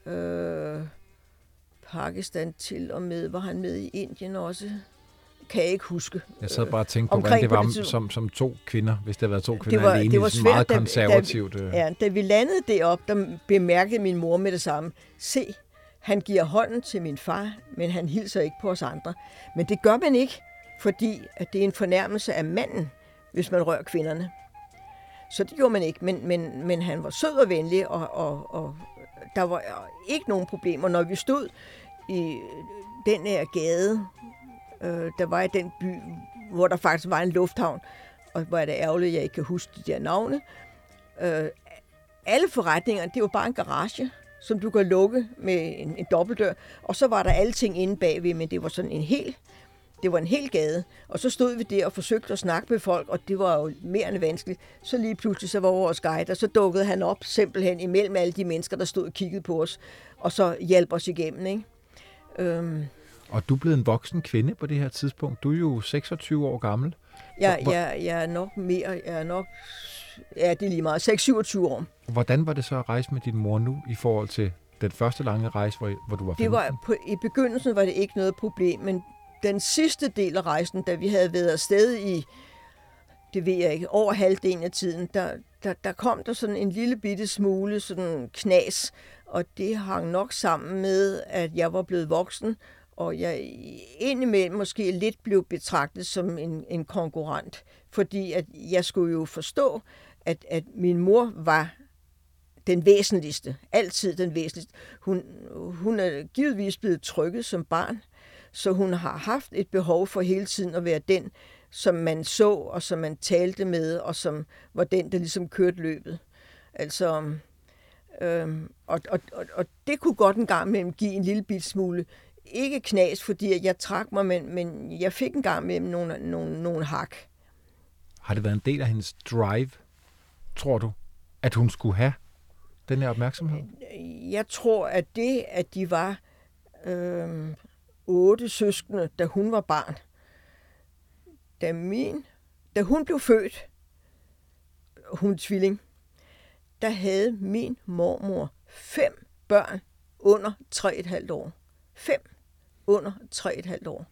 Pakistan, til og med, var han med i Indien også? Kan jeg ikke huske. Jeg sad bare og tænkte på, hvordan det var som to kvinder, hvis det havde været to kvinder alene. Det var svært, meget konservativt. Da vi landede deroppe, der bemærkede min mor med det samme. Se, han giver hånden til min far, men han hilser ikke på os andre. Men det gør man ikke, fordi at det er en fornærmelse af manden, hvis man rører kvinderne. Så det gjorde man ikke, men han var sød og venlig, og der var ikke nogen problemer. Når vi stod i den her gade, der var i den by, hvor der faktisk var en lufthavn, og hvor er det ærgerligt, at jeg ikke kan huske de der navne. Alle forretningerne, det var bare en garage, som du kan lukke med en dobbeltdør, og så var der alting inde bagved, men det var sådan en hel gade. Og så stod vi der og forsøgte at snakke med folk, og det var jo mere end vanskeligt. Så lige pludselig så var vores guide, og så dukkede han op simpelthen imellem alle de mennesker, der stod og kiggede på os, og så hjalp os igennem, ikke? Og du er blevet en voksen kvinde på det her tidspunkt. Du er jo 26 år gammel. Jeg er nok mere, det er lige meget, 6-27 år. Hvordan var det så at rejse med din mor nu, i forhold til den første lange rejse, hvor du var 15? I begyndelsen var det ikke noget problem, men den sidste del af rejsen, da vi havde været afsted i, det ved jeg ikke, over halvdelen af tiden, der kom der sådan en lille bitte smule sådan knas, og det hang nok sammen med, at jeg var blevet voksen, og jeg indimellem måske lidt blev betragtet som en konkurrent, fordi at jeg skulle jo forstå, at min mor var den væsentligste, altid den væsentligste. Hun er givetvis blevet trykket som barn, så hun har haft et behov for hele tiden at være den, som man så, og som man talte med, og som var den, der ligesom kørte løbet. Altså, og det kunne godt en gang imellem give en lille bit smule, ikke knas, fordi jeg trak mig, men jeg fik en gang imellem nogle hak. Har det været en del af hendes drive, tror du, at hun skulle have den her opmærksomhed? Jeg tror, at det, at de var 8 søskende, da hun var barn, da hun blev født, hun tvilling, der havde min mormor 5 børn under 3,5 år. 5 under 3,5 år.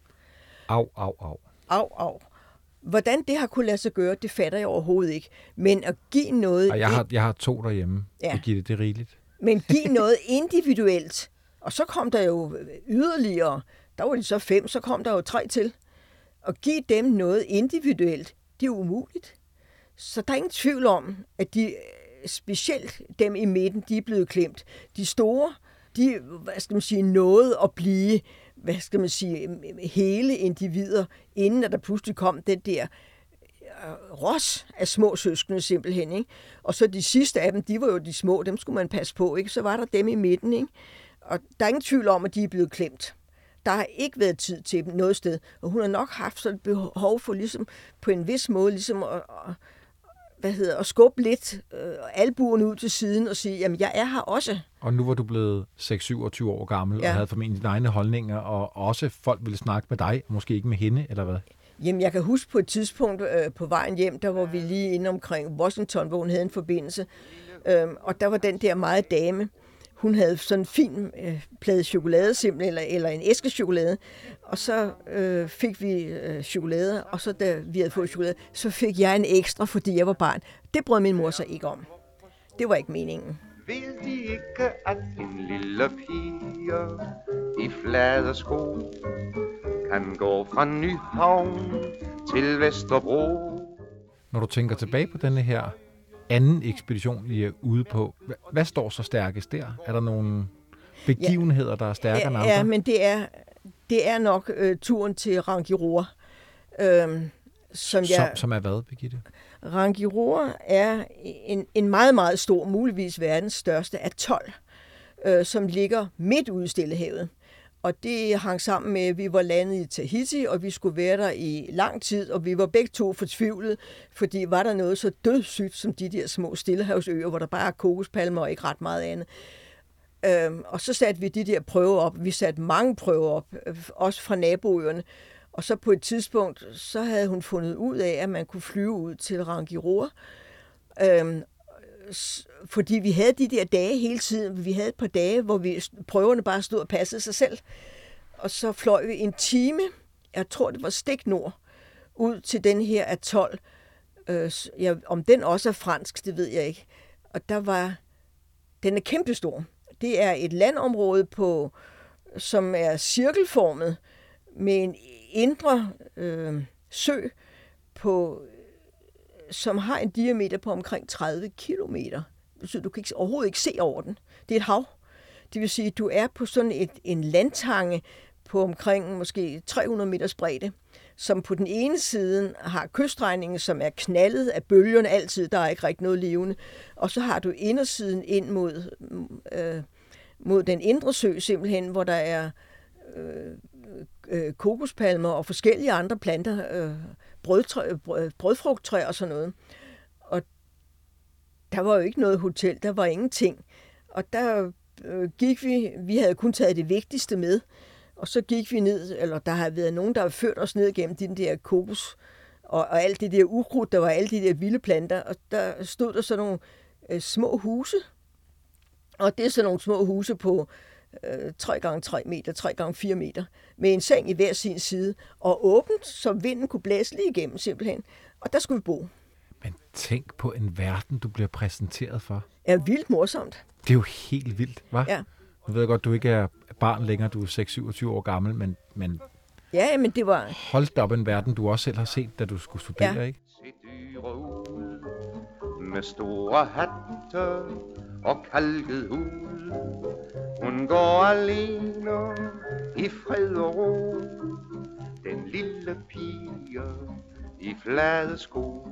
Au. Hvordan det har kunne lade sig gøre, det fatter jeg overhovedet ikke. Men at give noget... Og jeg har 2 derhjemme. Ja. Birgitte, det er rigeligt. Men give noget individuelt. Og så kom der jo yderligere. Der var de så 5, så kom der jo 3 til. At give dem noget individuelt, det er umuligt. Så der er ingen tvivl om, at de, specielt dem i midten, de er blevet klemt. De store, de, nåede at blive, hvad skal man sige, hele individer, inden at der pludselig kom den der ros af små søskende simpelthen, ikke? Og så de sidste af dem, de var jo de små, dem skulle man passe på, ikke? Så var der dem i midten, ikke? Og der er ingen tvivl om, at de er blevet klemt. Der har ikke været tid til dem noget sted, og hun har nok haft sådan et behov for ligesom på en vis måde ligesom at skubbe lidt albuen ud til siden og sige, jamen jeg er her også. Og nu var du blevet 6-27 år gammel, og havde formentlig dine egne holdninger, og også folk ville snakke med dig, og måske ikke med hende, eller hvad? Jamen, jeg kan huske på et tidspunkt på vejen hjem, der var vi lige inde omkring Washington, hvor hun havde en forbindelse, og der var den der meget dame. Hun havde sådan en fin plade chokolade simpelthen, eller en æske chokolade, og så fik vi chokolade, og så da vi havde fået chokolade, så fik jeg en ekstra, fordi jeg var barn. Det brød min mor sig ikke om. Det var ikke meningen. Ved de ikke, at en lille pige i flade sko kan gå fra Nyhavn til Vesterbro? Når du tænker tilbage på denne her anden ekspedition, I er ude på, hvad står så stærkest der? Er der nogle begivenheder, der er stærkere end andre? Ja, men det er nok turen til Rangiroa. Som er hvad, Birgitte? Rangiroa er en meget, meget stor, muligvis verdens største atol, som ligger midt ude i Stillehavet. Og det hang sammen med, at vi var landet i Tahiti, og vi skulle være der i lang tid, og vi var begge to fortvivlede, fordi var der noget så dødssygt som de der små stillehavsøer, hvor der bare er kokospalmer og ikke ret meget andet. Og så satte vi de der prøver op. Vi satte mange prøver op, også fra naboøerne. Og så på et tidspunkt, så havde hun fundet ud af, at man kunne flyve ud til Rangiroa. Fordi vi havde de der dage hele tiden. Vi havde et par dage, hvor prøverne bare stod og passede sig selv. Og så fløj vi en time, jeg tror det var stik nord, ud til den her atol. Om den også er fransk, det ved jeg ikke. Og den er kæmpestor. Det er et landområde, som er cirkelformet, med en indre sø, som har en diameter på omkring 30 kilometer. Så du kan overhovedet ikke se over den. Det er et hav. Det vil sige, at du er på sådan en landtange på omkring måske 300 meters bredde, som på den ene side har kystregningen, som er knaldet af bølgerne altid. Der er ikke rigtig noget levende. Og så har du indersiden ind mod den indre sø simpelthen, hvor der er kokospalmer og forskellige andre planter, brødfrugttræ og sådan noget. Og der var jo ikke noget hotel, der var ingenting. Og der gik vi havde kun taget det vigtigste med, og så gik vi ned, eller der har været nogen, der har ført os ned gennem den der kokos, og alt det der ukrudt, der var alle de der vilde planter, og der stod der sådan nogle små huse, og det er sådan nogle små huse på 3x3 meter, 3x4 meter, med en seng i hver sin side, og åbent, så vinden kunne blæse lige igennem simpelthen. Og der skulle vi bo. Men tænk på en verden, du bliver præsenteret for. Det er vildt morsomt. Det er jo helt vildt, hva'? Ja. Nu ved jeg godt, du ikke er barn længere, du er 6-27 år gammel, men ja, men det var... Hold op en verden, du også selv har set, da du skulle studere, ikke? Se dyre ud med store hatte og kalket hud. Hun går alene i fred og ro. Den lille pige i flade sko.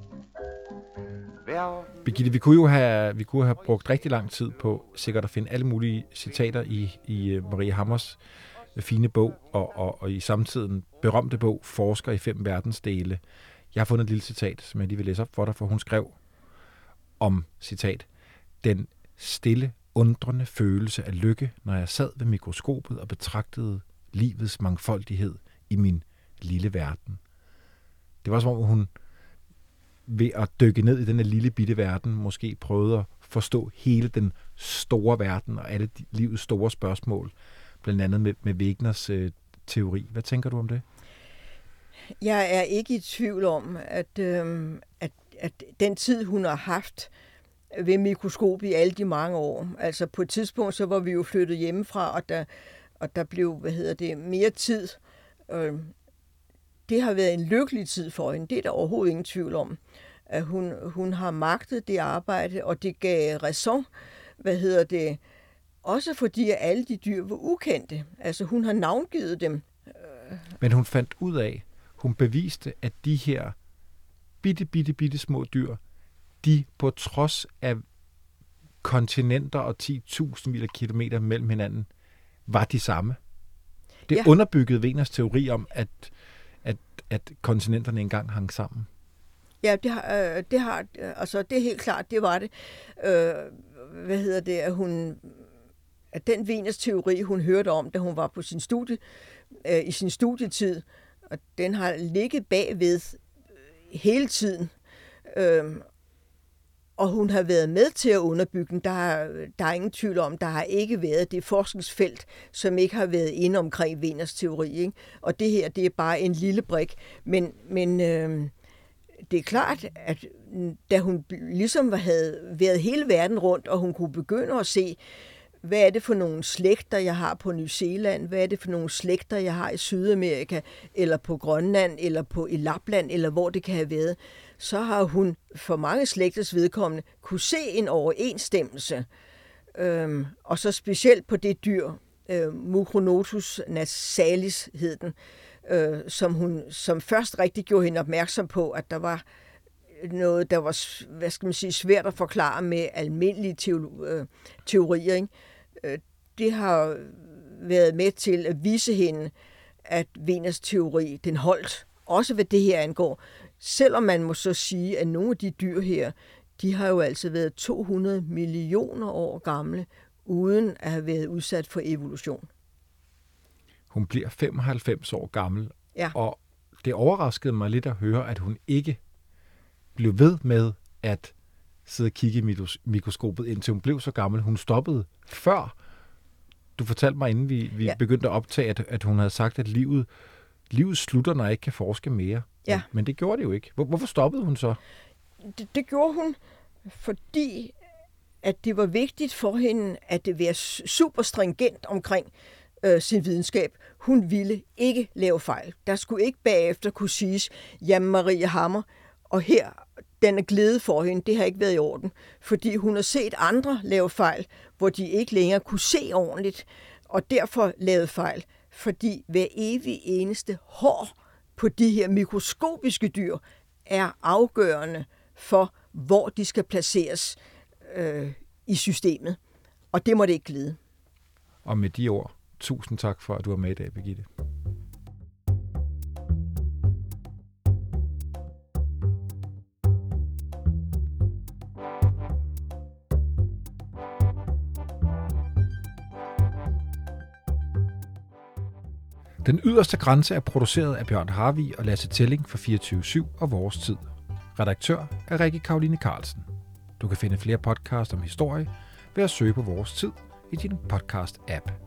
Birgitte, vi kunne have brugt rigtig lang tid på sikkert at finde alle mulige citater i Marie Hammers fine bog, og i samtiden berømte bog, Forsker i 5 verdensdele. Jeg har fundet et lille citat, som jeg lige vil læse op for dig, for hun skrev om, citat, den stille, undrende følelse af lykke, når jeg sad ved mikroskopet og betragtede livets mangfoldighed i min lille verden. Det var som om hun ved at dykke ned i den lille bitte verden, måske prøvede at forstå hele den store verden og alle livets store spørgsmål, blandt andet med Wegeners teori. Hvad tænker du om det? Jeg er ikke i tvivl om, at den tid, hun har haft ved mikroskop i alle de mange år, altså på et tidspunkt, så var vi jo flyttet hjemmefra, og der blev, mere tid. Det har været en lykkelig tid for hende, det er der overhovedet ingen tvivl om. At hun har magtet det arbejde, og det gav ræson, Også fordi alle de dyr var ukendte. Altså hun har navngivet dem. Men hun fandt ud af, hun beviste, at de her bitte små dyr, de på trods af kontinenter og 10.000 mil af kilometer mellem hinanden, var de samme. Det underbyggede Wegeners teori om, at kontinenterne engang hang sammen. Ja, det er helt klart, det var det. At den Wegeners teori, hun hørte om, da hun var på sin i sin studietid, og den har ligget bagved hele tiden. Og hun har været med til at underbygge den. Der er ingen tvivl om, der har ikke været det forskningsfelt, som ikke har været inde omkring Wegeners teori. Ikke? Og det her, det er bare en lille brik. Men det er klart, at da hun ligesom havde været hele verden rundt, og hun kunne begynde at se, hvad er det for nogle slægter, jeg har på New Zealand? Hvad er det for nogle slægter, jeg har i Sydamerika, eller på Grønland, eller i Lapland, eller hvor det kan have været? Så har hun for mange slægters vedkommende kunne se en overensstemmelse. Og så specielt på det dyr, Mucronotus nasalis hed den, som først rigtig gjorde hende opmærksom på, at der var noget, der var, svært at forklare med almindelige teorier. Ikke? Det har været med til at vise hende, at Wegeners teori, den holdt, også hvad det her angår. Selvom man må så sige, at nogle af de dyr her, de har jo altså været 200 millioner år gamle, uden at have været udsat for evolution. Hun bliver 95 år gammel, og det overraskede mig lidt at høre, at hun ikke blev ved med at sidde og kigge i mikroskopet, indtil hun blev så gammel. Hun stoppede før. Du fortalte mig, inden vi begyndte at optage, at hun havde sagt, at livet slutter, når jeg ikke kan forske mere. Ja. Men det gjorde det jo ikke. Hvorfor stoppede hun så? Det gjorde hun, fordi at det var vigtigt for hende, at det var super stringent omkring sin videnskab. Hun ville ikke lave fejl. Der skulle ikke bagefter kunne siges, jamen Marie Hammer, og her, den er glæde for hende, det har ikke været i orden. Fordi hun har set andre lave fejl, hvor de ikke længere kunne se ordentligt, og derfor lavede fejl. Fordi hver evig eneste hår på de her mikroskopiske dyr er afgørende for, hvor de skal placeres i systemet. Og det må det ikke glide. Og med de ord, tusind tak for, at du var med i dag, Birgitte. Den yderste grænse er produceret af Bjørn Harvig og Lasse Tælling for 24/7 og Vores Tid. Redaktør er Rikke Karoline Carlsen. Du kan finde flere podcasts om historie ved at søge på Vores Tid i din podcast-app.